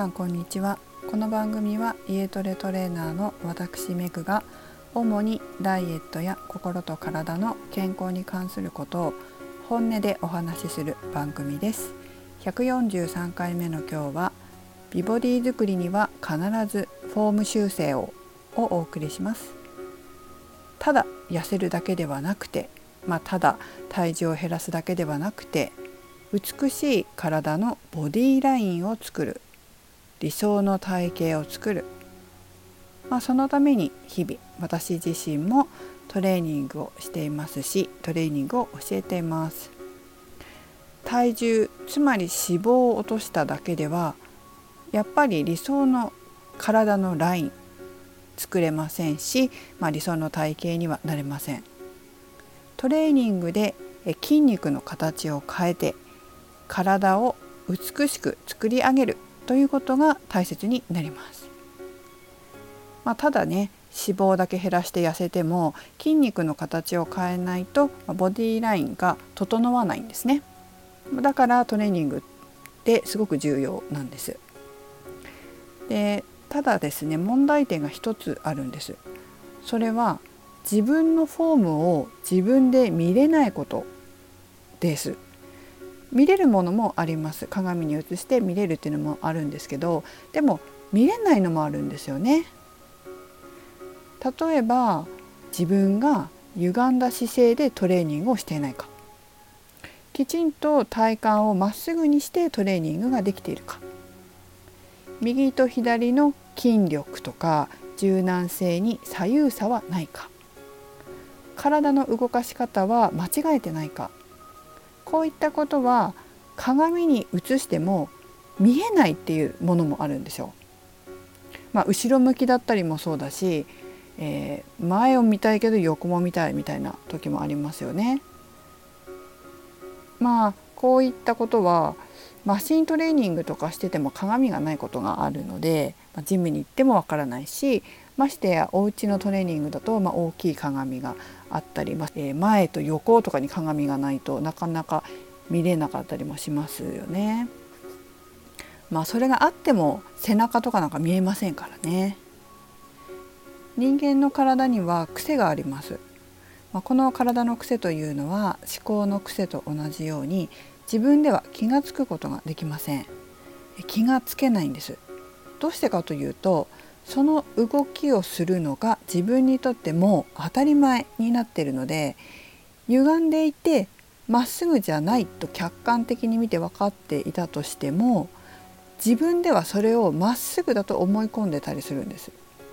さんこんにちは。この番組は家トレトレーナーの私メグが主にダイエットや心と体の健康に関することを本音でお話しする番組です。143回目の今日は美ボディ作りには必ずフォーム修正をお送りします。ただ痩せるだけではなくて、ただ体重を減らすだけではなくて、美しい体のボディラインを作る、理想の体型を作る、そのために日々私自身もトレーニングをしていますし、トレーニングを教えています。体重、つまり脂肪を落としただけではやっぱり理想の体のライン作れませんし、理想の体型にはなれません。トレーニングで筋肉の形を変えて体を美しく作り上げるということが大切になります。ただね、脂肪だけ減らして痩せても筋肉の形を変えないとボディラインが整わないんですね。だからトレーニングってすごく重要なんです。で、ただですね、問題点が一つあるんです。それは自分のフォームを自分で見れないことです。見れるものもあります。鏡に映して見れるっていうのもあるんですけど、でも見れないのもあるんですよね。例えば自分が歪んだ姿勢でトレーニングをしていないか、きちんと体幹をまっすぐにしてトレーニングができているか、右と左の筋力とか柔軟性に左右差はないか、体の動かし方は間違えてないか、こういったことは鏡に映しても見えないっていうものもあるんですよ。後ろ向きだったりもそうだし、前を見たいけど横も見たいみたいな時もありますよね。こういったことはマシントレーニングとかしてても鏡がないことがあるので、ジムに行ってもわからないし、ましてやお家のトレーニングだと大きい鏡があったり、前と横とかに鏡がないとなかなか見れなかったりもしますよね。それがあっても背中とかなんか見えませんからね。人間の体には癖があります。この体の癖というのは思考の癖と同じように自分では気がつくことができません。気がつけないんです。どうしてかというと、その動きをするのが自分にとっても当たり前になっているので、歪んでいてまっすぐじゃないと客観的に見て分かっていたとしても、自分ではそれをまっすぐだと思い込んでたりするんです。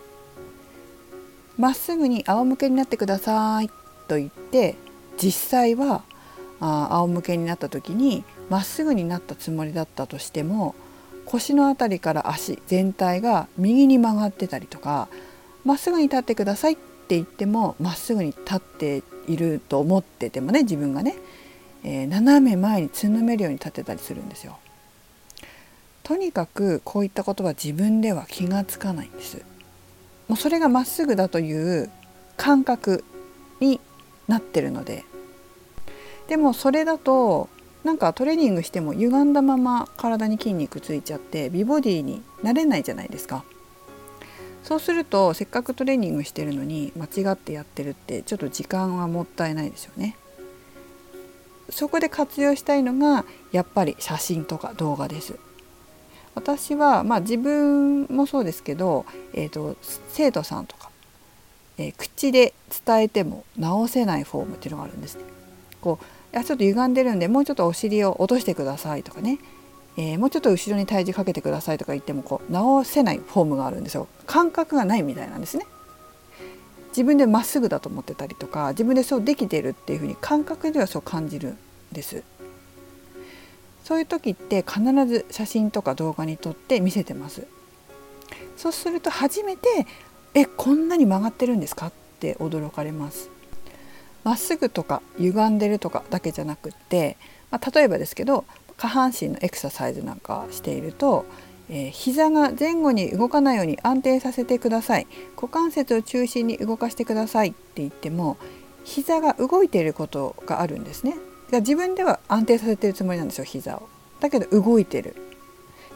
まっすぐに仰向けになってくださいと言って、実際は仰向けになった時にまっすぐになったつもりだったとしても、腰のあたりから足全体が右に曲がってたりとか、まっすぐに立ってくださいって言ってもまっすぐに立っていると思っててもね、自分がね、斜め前につんのめるように立ってたりするんですよ。とにかくこういったことは自分では気がつかないんです。もうそれがまっすぐだという感覚になってるので。でもそれだとトレーニングしても歪んだまま体に筋肉ついちゃって美ボディになれないじゃないですか。そうするとせっかくトレーニングしてるのに間違ってやってるって、ちょっと時間はもったいないですよね。そこで活用したいのがやっぱり写真とか動画です。私は自分もそうですけど、生徒さんとか、口で伝えても直せないフォームっていうのがあるんですね。ちょっと歪んでるんでもうちょっとお尻を落としてくださいとかね、もうちょっと後ろに体重かけてくださいとか言っても直せないフォームがあるんですよ。感覚がないみたいなんですね。自分でまっすぐだと思ってたりとか、自分でそうできてるっていうふうに感覚ではそう感じるんです。そういう時って必ず写真とか動画に撮って見せてます。そうすると初めてこんなに曲がってるんですかって驚かれます。まっすぐとか歪んでるとかだけじゃなくって、例えばですけど下半身のエクササイズなんかしていると、膝が前後に動かないように安定させてください、股関節を中心に動かしてくださいって言っても膝が動いていることがあるんですね。自分では安定させているつもりなんですよ、膝を。だけど動いてる。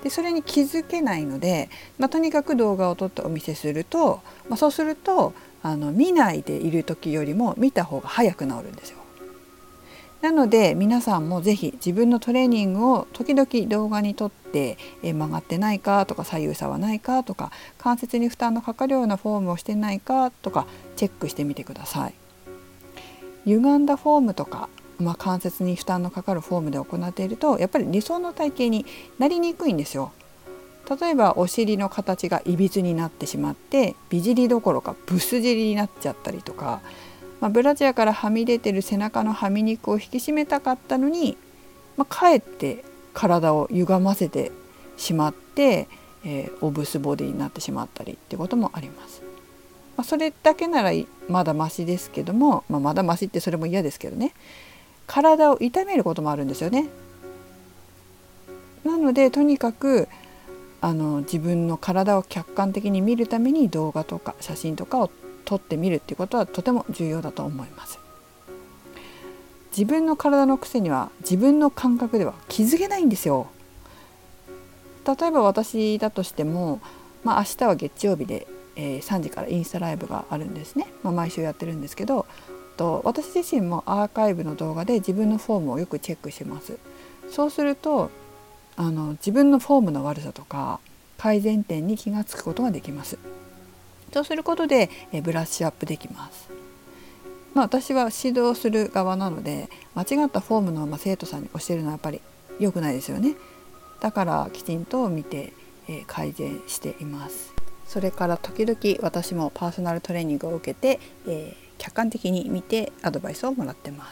でそれに気づけないので、とにかく動画を撮ってお見せすると、そうすると見ないでいる時よりも見た方が早く治るんですよ。なので皆さんもぜひ自分のトレーニングを時々動画に撮って、曲がってないかとか左右差はないかとか関節に負担のかかるようなフォームをしてないかとかチェックしてみてください。歪んだフォームとか、関節に負担のかかるフォームで行っているとやっぱり理想の体型になりにくいんですよ。例えばお尻の形がいびつになってしまって美尻どころかブス尻になっちゃったりとか、ブラジャーからはみ出てる背中のはみ肉を引き締めたかったのに、かえって体を歪ませてしまって、オブスボディになってしまったりってこともあります。それだけならまだマシですけども、まだマシってそれも嫌ですけどね、体を痛めることもあるんですよね。なのでとにかく自分の体を客観的に見るために動画とか写真とかを撮ってみるっていうことはとても重要だと思います。自分の体の癖には自分の感覚では気づけないんですよ。例えば私だとしても、明日は月曜日で、3時からインスタライブがあるんですね。毎週やってるんですけど、私自身もアーカイブの動画で自分のフォームをよくチェックします。そうすると自分のフォームの悪さとか改善点に気がつくことができます。そうすることでブラッシュアップできます。私は指導する側なので間違ったフォームのまま生徒さんに教えるのはやっぱり良くないですよね。だからきちんと見て、改善しています。それから時々私もパーソナルトレーニングを受けて、客観的に見てアドバイスをもらってます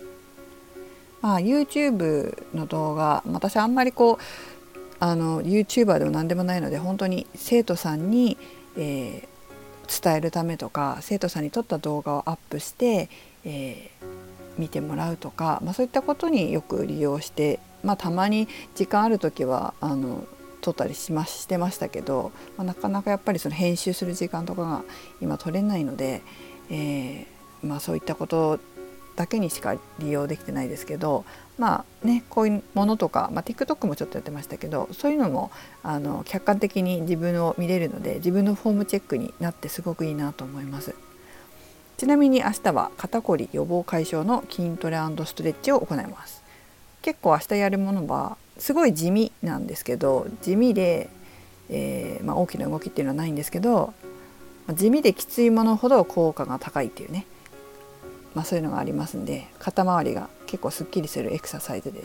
。YouTube の動画、私あんまりYouTuber でも何でもないので本当に生徒さんに、伝えるためとか生徒さんに撮った動画をアップして、見てもらうとか、そういったことによく利用して、たまに時間ある時は撮ったりしてましたけど、なかなかやっぱりその編集する時間とかが今取れないので、そういったことだけにしか利用できてないですけど、こういうものとか、TikTok もちょっとやってましたけど、そういうのも客観的に自分を見れるので自分のフォームチェックになってすごくいいなと思います。ちなみに明日は肩こり予防解消の筋トレ&ストレッチを行います。結構明日やるものはすごい地味なんですけど、地味で、大きな動きっていうのはないんですけど、地味できついものほど効果が高いっていうね、そういうのがありますんで、肩周りが結構すっきりするエクササイズです。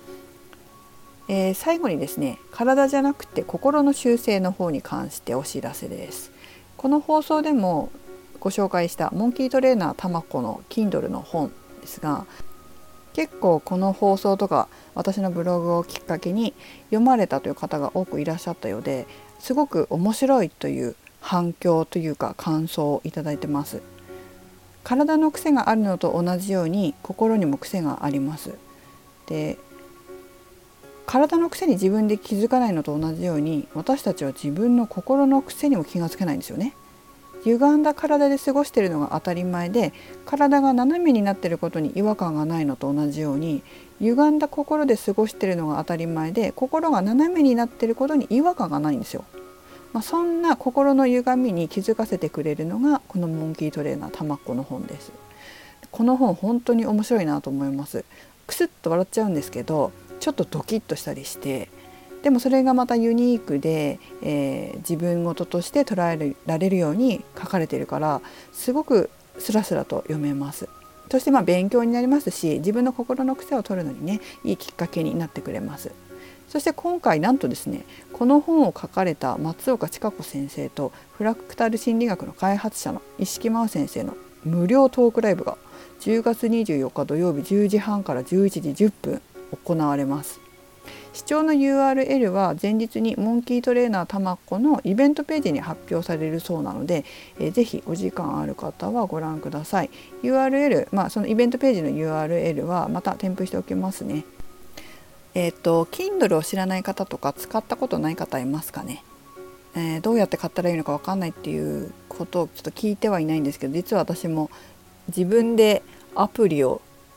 最後にですね、体じゃなくて心の修正の方に関してお知らせです。この放送でもご紹介したモンキートレーナーたまこの Kindle の本ですが、結構この放送とか私のブログをきっかけに読まれたという方が多くいらっしゃったようで、すごく面白いという反響というか感想をいただいてます。体の癖があるのと同じように心にも癖があります。で、体の癖に自分で気づかないのと同じように私たちは自分の心の癖にも気がつけないんですよね。歪んだ体で過ごしているのが当たり前で、体が斜めになっていることに違和感がないのと同じように歪んだ心で過ごしているのが当たり前で、心が斜めになっていることに違和感がないんですよ。そんな心の歪みに気づかせてくれるのがこのモンキートレーナーたまっこの本です。この本本当に面白いなと思います。クスッと笑っちゃうんですけど、ちょっとドキッとしたりして、でもそれがまたユニークで、自分事として捉えられるように書かれているから、すごくスラスラと読めます。そして勉強になりますし、自分の心の癖を取るのにね、いいきっかけになってくれます。そして今回なんとですね、この本を書かれた松岡千佳子先生とフラクタル心理学の開発者の石木真央先生の無料トークライブが10月24日土曜日10時半から11時10分行われます。視聴の URL は前日にモンキートレーナーたまっこのイベントページに発表されるそうなので、ぜひお時間ある方はご覧ください。 URL、そのイベントページの URL はまた添付しておきますね。Kindle を知らない方とか使ったことない方いますかね。どうやって買ったらいいのか分かんないっていうことをちょっと聞いてはいないんですけど、実は私も自分でアプリを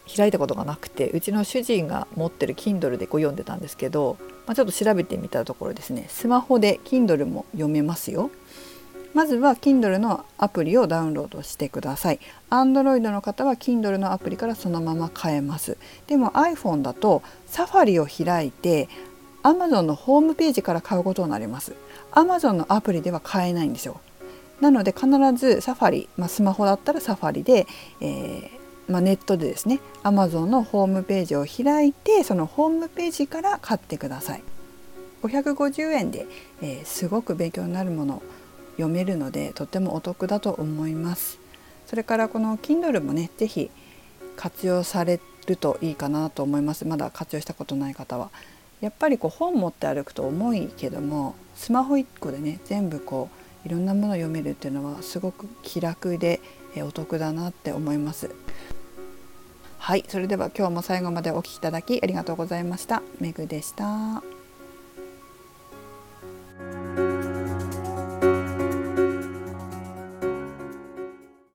開いたことがなくて、うちの主人が持ってる Kindle で読んでたんですけど、ちょっと調べてみたところですね、スマホで Kindle も読めますよ。まずは Kindle のアプリをダウンロードしてください。 Android の方は Kindle のアプリからそのまま買えます。でも iPhone だとサファリを開いて Amazon のホームページから買うことになります。 Amazon のアプリでは買えないんですよ。なので必ずサファリ、スマホだったらサファリで、ネットでですね Amazon のホームページを開いて、そのホームページから買ってください。550円で、すごく勉強になるもの読めるので、とてもお得だと思います。それからこの Kindle もね、ぜひ活用されるといいかなと思います。まだ活用したことない方は。やっぱり本持って歩くと重いけども、スマホ1個でね全部いろんなものを読めるっていうのはすごく気楽でお得だなって思います。はい、それでは今日も最後までお聞きいただきありがとうございました。めぐでした。